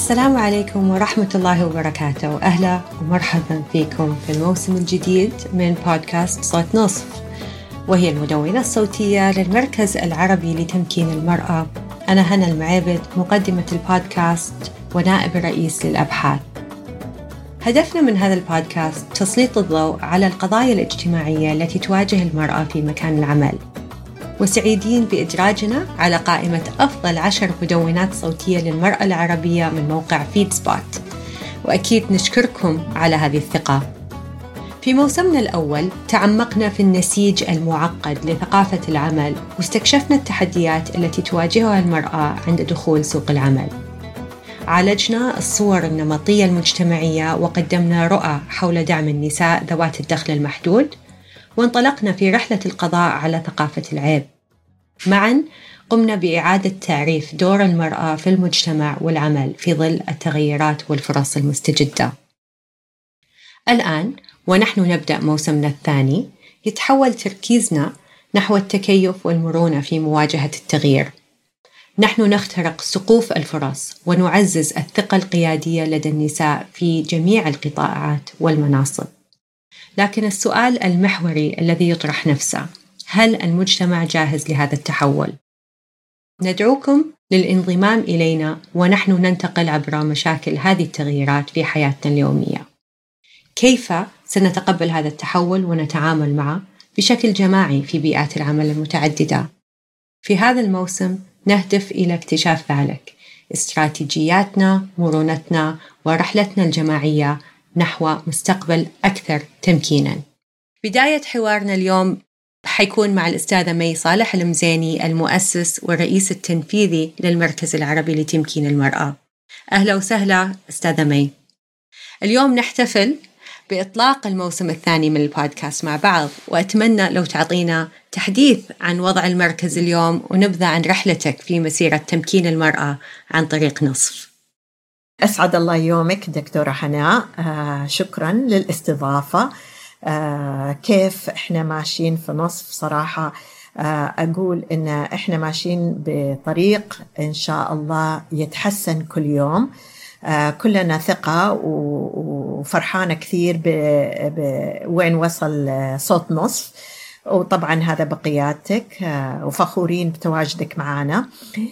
السلام عليكم ورحمة الله وبركاته، أهلا ومرحبا فيكم في الموسم الجديد من بودكاست صوت نصف، وهي المدونة الصوتية للمركز العربي لتمكين المرأة. أنا هنا المعابد، مقدمة البودكاست ونائب الرئيس للأبحاث. هدفنا من هذا البودكاست تسليط الضوء على القضايا الاجتماعية التي تواجه المرأة في مكان العمل، وسعيدين بإدراجنا على قائمة أفضل 10 مدونات صوتية للمرأة العربية من موقع فيد سبوت، وأكيد نشكركم على هذه الثقة. في موسمنا الأول تعمقنا في النسيج المعقد لثقافة العمل، واستكشفنا التحديات التي تواجهها المرأة عند دخول سوق العمل. عالجنا الصور النمطية المجتمعية وقدمنا رؤى حول دعم النساء ذوات الدخل المحدود، وانطلقنا في رحلة القضاء على ثقافة العيب. معاً قمنا بإعادة تعريف دور المرأة في المجتمع والعمل في ظل التغيرات والفرص المستجدة. الآن ونحن نبدأ موسمنا الثاني، يتحول تركيزنا نحو التكيف والمرونة في مواجهة التغيير. نحن نخترق سقوف الفرص ونعزز الثقة القيادية لدى النساء في جميع القطاعات والمناصب. لكن السؤال المحوري الذي يطرح نفسه: هل المجتمع جاهز لهذا التحول؟ ندعوكم للانضمام إلينا ونحن ننتقل عبر مشاكل هذه التغييرات في حياتنا اليومية. كيف سنتقبل هذا التحول ونتعامل معه بشكل جماعي في بيئات العمل المتعددة؟ في هذا الموسم نهدف إلى اكتشاف ذلك، استراتيجياتنا، مرونتنا ورحلتنا الجماعية نحو مستقبل أكثر تمكيناً. بداية حوارنا اليوم حيكون مع الأستاذة مي صالح المزيني، المؤسس والرئيس التنفيذي للمركز العربي لتمكين المرأة. أهلا وسهلا أستاذة مي. اليوم نحتفل بإطلاق الموسم الثاني من البودكاست مع بعض، وأتمنى لو تعطينا تحديث عن وضع المركز اليوم ونبذة عن رحلتك في مسيرة تمكين المرأة عن طريق نصف. أسعد الله يومك دكتورة حناء. شكرا للاستضافة. كيف إحنا ماشيين في نصف؟ صراحة أقول إن إحنا ماشيين بطريق إن شاء الله يتحسن كل يوم. كلنا ثقة وفرحانة كثير بوين وصل صوت نصف، وطبعا هذا بقيادتك، وفخورين بتواجدك معنا.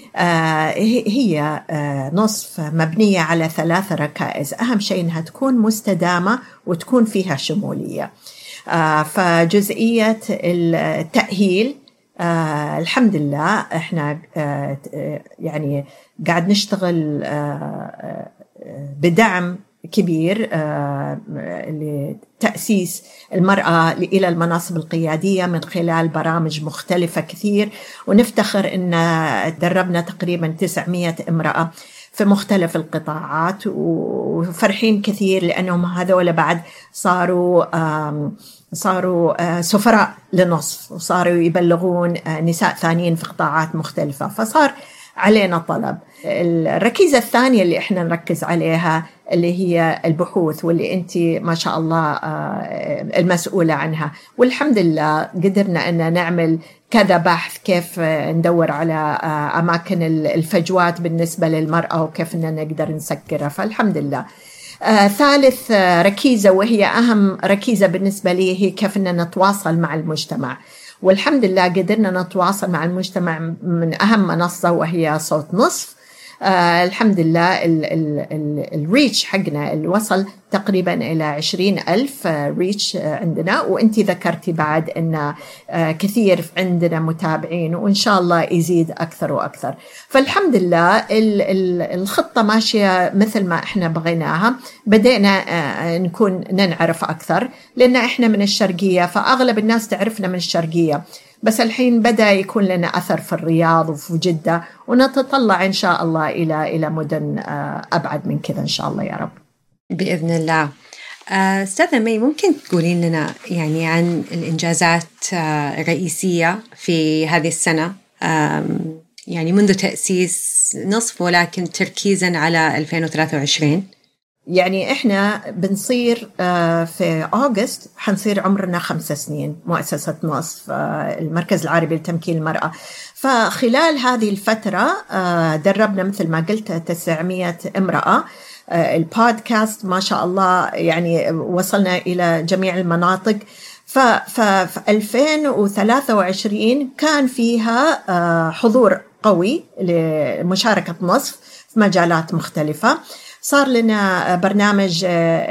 هي نصف مبنية على 3 ركائز، أهم شيء أنها تكون مستدامة وتكون فيها شمولية. فجزئية التأهيل، الحمد لله احنا يعني قاعد نشتغل بدعم كبير لتأسيس المرأة إلى المناصب القيادية من خلال برامج مختلفة كثير، ونفتخر أن دربنا تقريبا 900 امرأة في مختلف القطاعات، وفرحين كثير لأنهم هذول بعد صاروا سفراء لنصف، وصاروا يبلغون نساء ثانيين في قطاعات مختلفة، فصار علينا طلب. الركيزة الثانية اللي احنا نركز عليها اللي هي البحوث، واللي انت ما شاء الله المسؤولة عنها، والحمد لله قدرنا ان نعمل كذا بحث كيف ندور على اماكن الفجوات بالنسبة للمرأة وكيف ان نقدر نسكرها، فالحمد لله. ثالث ركيزة وهي أهم ركيزة بالنسبة لي هي كيف أننا نتواصل مع المجتمع، والحمد لله قدرنا نتواصل مع المجتمع من أهم منصة وهي صوت نصف. الحمد لله الريتش حقنا اللي وصل تقريبا إلى 20,000 ريتش عندنا، وانتي ذكرتي بعد أن كثير عندنا متابعين، وإن شاء الله يزيد أكثر وأكثر. فالحمد لله الخطة ماشية مثل ما احنا بغيناها. بدأنا نكون نعرف أكثر لأن احنا من الشرقية، فأغلب الناس تعرفنا من الشرقية، بس الحين بدأ يكون لنا أثر في الرياض وفي جدة، ونتطلع إن شاء الله إلى مدن أبعد من كذا إن شاء الله يا رب بإذن الله. أستاذة مي، ممكن تقولين لنا يعني عن الإنجازات الرئيسية في هذه السنة، يعني منذ تأسيس نصف ولكن تركيزا على 2023؟ يعني إحنا بنصير في أغسطس حنصير عمرنا 5 سنين مؤسسة نصف، المركز العربي لتمكين المرأة. فخلال هذه الفترة دربنا مثل ما قلت 900 امرأة. البودكاست ما شاء الله يعني وصلنا إلى جميع المناطق. في 2023 كان فيها حضور قوي لمشاركة نصف في مجالات مختلفة. صار لنا برنامج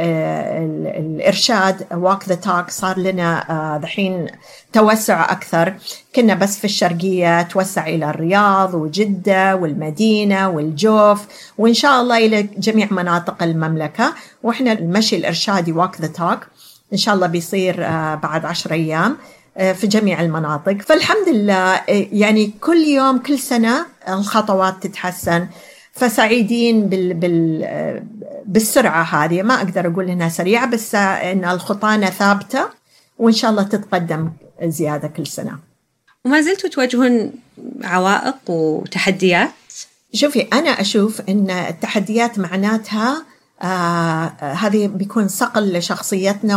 الإرشاد Walk the Talk، صار لنا دحين توسع أكثر. كنا بس في الشرقية، توسع إلى الرياض وجدة والمدينة والجوف، وإن شاء الله إلى جميع مناطق المملكة. وإحنا المشي الإرشادي Walk the Talk إن شاء الله بيصير بعد 10 أيام في جميع المناطق. فالحمد لله يعني كل يوم كل سنة الخطوات تتحسن، فسعيدين بالسرعة هذه. ما أقدر أقول إنها سريعة، بس إن الخطانة ثابتة وإن شاء الله تتقدم زيادة كل سنة. وما زلتوا تواجهون عوائق وتحديات؟ شوفي، أنا أشوف إن التحديات معناتها هذه بيكون صقل لشخصيتنا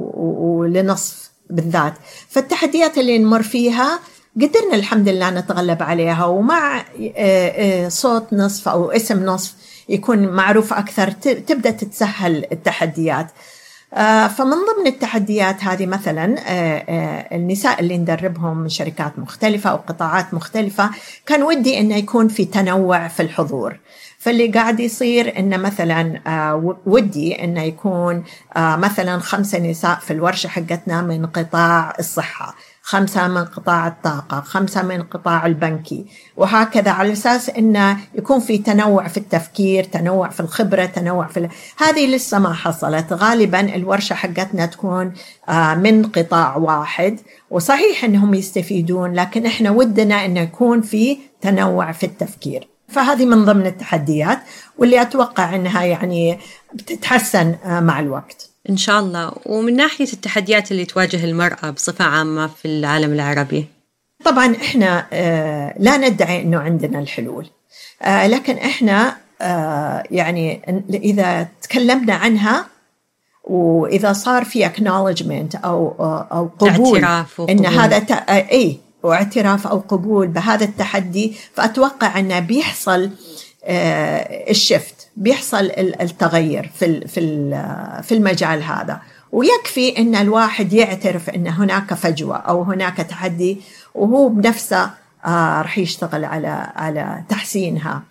ولنصف بالذات. فالتحديات اللي نمر فيها قدرنا الحمد لله نتغلب عليها، ومع صوت نصف أو اسم نصف يكون معروف أكثر تبدأ تتسهل التحديات. فمن ضمن التحديات هذه مثلا النساء اللي ندربهم من شركات مختلفة أو قطاعات مختلفة، كان ودي أنه يكون في تنوع في الحضور. فاللي قاعد يصير إنه مثلا ودي إنه يكون مثلا 5 نساء في الورشة حقتنا من قطاع الصحة، 5 من قطاع الطاقة، 5 من قطاع البنكي، وهكذا، على أساس إنه يكون في تنوع في التفكير، تنوع في الخبرة، تنوع في هذه لسه ما حصلت. غالبا الورشة حقتنا تكون من قطاع واحد، وصحيح إنهم يستفيدون، لكن إحنا ودنا إنه يكون في تنوع في التفكير. فهذه من ضمن التحديات، واللي أتوقع أنها يعني بتتحسن مع الوقت إن شاء الله. ومن ناحية التحديات اللي تواجه المرأة بصفة عامة في العالم العربي، طبعا إحنا لا ندعي أنه عندنا الحلول، لكن إحنا يعني إذا تكلمنا عنها وإذا صار في acknowledgement أو قبول إن هذا واعتراف أو قبول بهذا التحدي، فأتوقع أنه بيحصل الشفت، بيحصل التغير في المجال هذا. ويكفي أن الواحد يعترف أن هناك فجوة أو هناك تحدي، وهو بنفسه رح يشتغل على تحسينها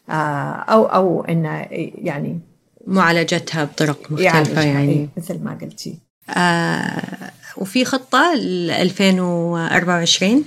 أو أن يعني معالجتها بطرق مختلفة، يعني مثل ما قلتي. وفي خطة ل 2024؟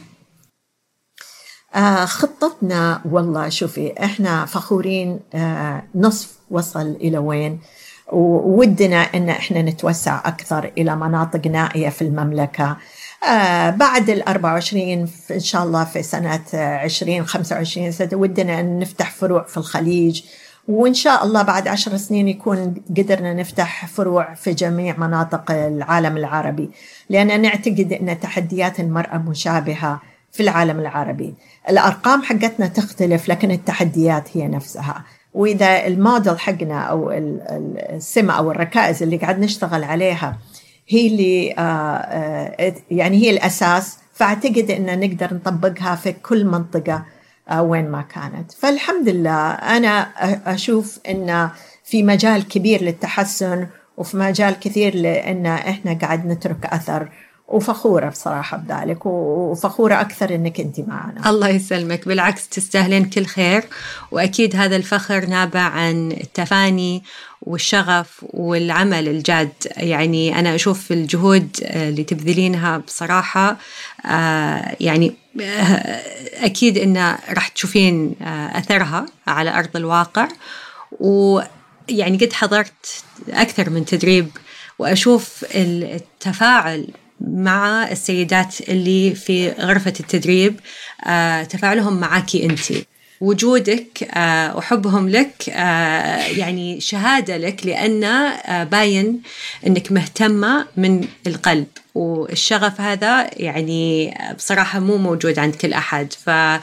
خطتنا والله شوفي، احنا فخورين نصف وصل إلى وين، وودنا ان احنا نتوسع أكثر إلى مناطق نائية في المملكة. بعد 24 إن شاء الله في سنة 2025 ودنا أن نفتح فروع في الخليج، وإن شاء الله بعد 10 سنين يكون قدرنا نفتح فروع في جميع مناطق العالم العربي، لأننا نعتقد أن تحديات المرأة مشابهة في العالم العربي. الأرقام حقتنا تختلف، لكن التحديات هي نفسها. وإذا الموديل حقنا أو السمة أو الركائز اللي قاعد نشتغل عليها هي اللي يعني هي الأساس، فأعتقد أن نقدر نطبقها في كل منطقة وين ما كانت. فالحمد لله أنا أشوف أن في مجال كبير للتحسن، وفي مجال كثير لأن إحنا قاعد نترك أثر، وفخورة بصراحة بذلك، وفخورة أكثر أنك أنت معنا. الله يسلمك، بالعكس تستاهلين كل خير، وأكيد هذا الفخر نابع عن التفاني والشغف والعمل الجاد. يعني أنا أشوف الجهود اللي تبذلينها بصراحة يعني أكيد إن راح تشوفين أثرها على أرض الواقع. ويعني قد حضرت أكثر من تدريب، وأشوف التفاعل مع السيدات اللي في غرفة التدريب، تفاعلهم معاكي أنتي، وجودك وحبهم لك يعني شهادة لك، لأن باين أنك مهتمة من القلب، والشغف هذا يعني بصراحة مو موجود عند كل أحد.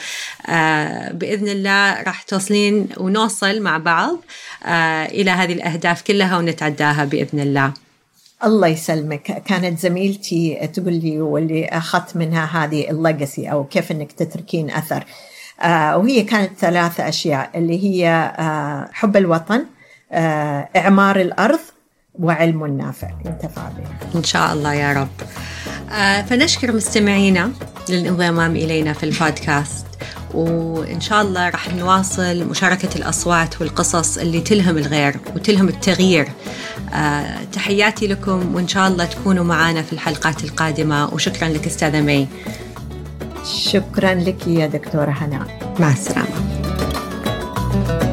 بإذن الله راح توصلين ونوصل مع بعض إلى هذه الأهداف كلها ونتعداها بإذن الله. الله يسلمك. كانت زميلتي تقول لي واللي أخذت منها هذه الليجاسي أو كيف أنك تتركين أثر، وهي كانت 3 أشياء اللي هي حب الوطن، إعمار الأرض، وعلم نافع ينتفع به. إن شاء الله يا رب. فنشكر مستمعينا للانضمام إلينا في البودكاست، وإن شاء الله راح نواصل مشاركة الأصوات والقصص اللي تلهم الغير وتلهم التغيير. تحياتي لكم، وإن شاء الله تكونوا معنا في الحلقات القادمة. وشكرا لك أستاذة مي. شكرا لك يا دكتورة هناء. مع السلامة.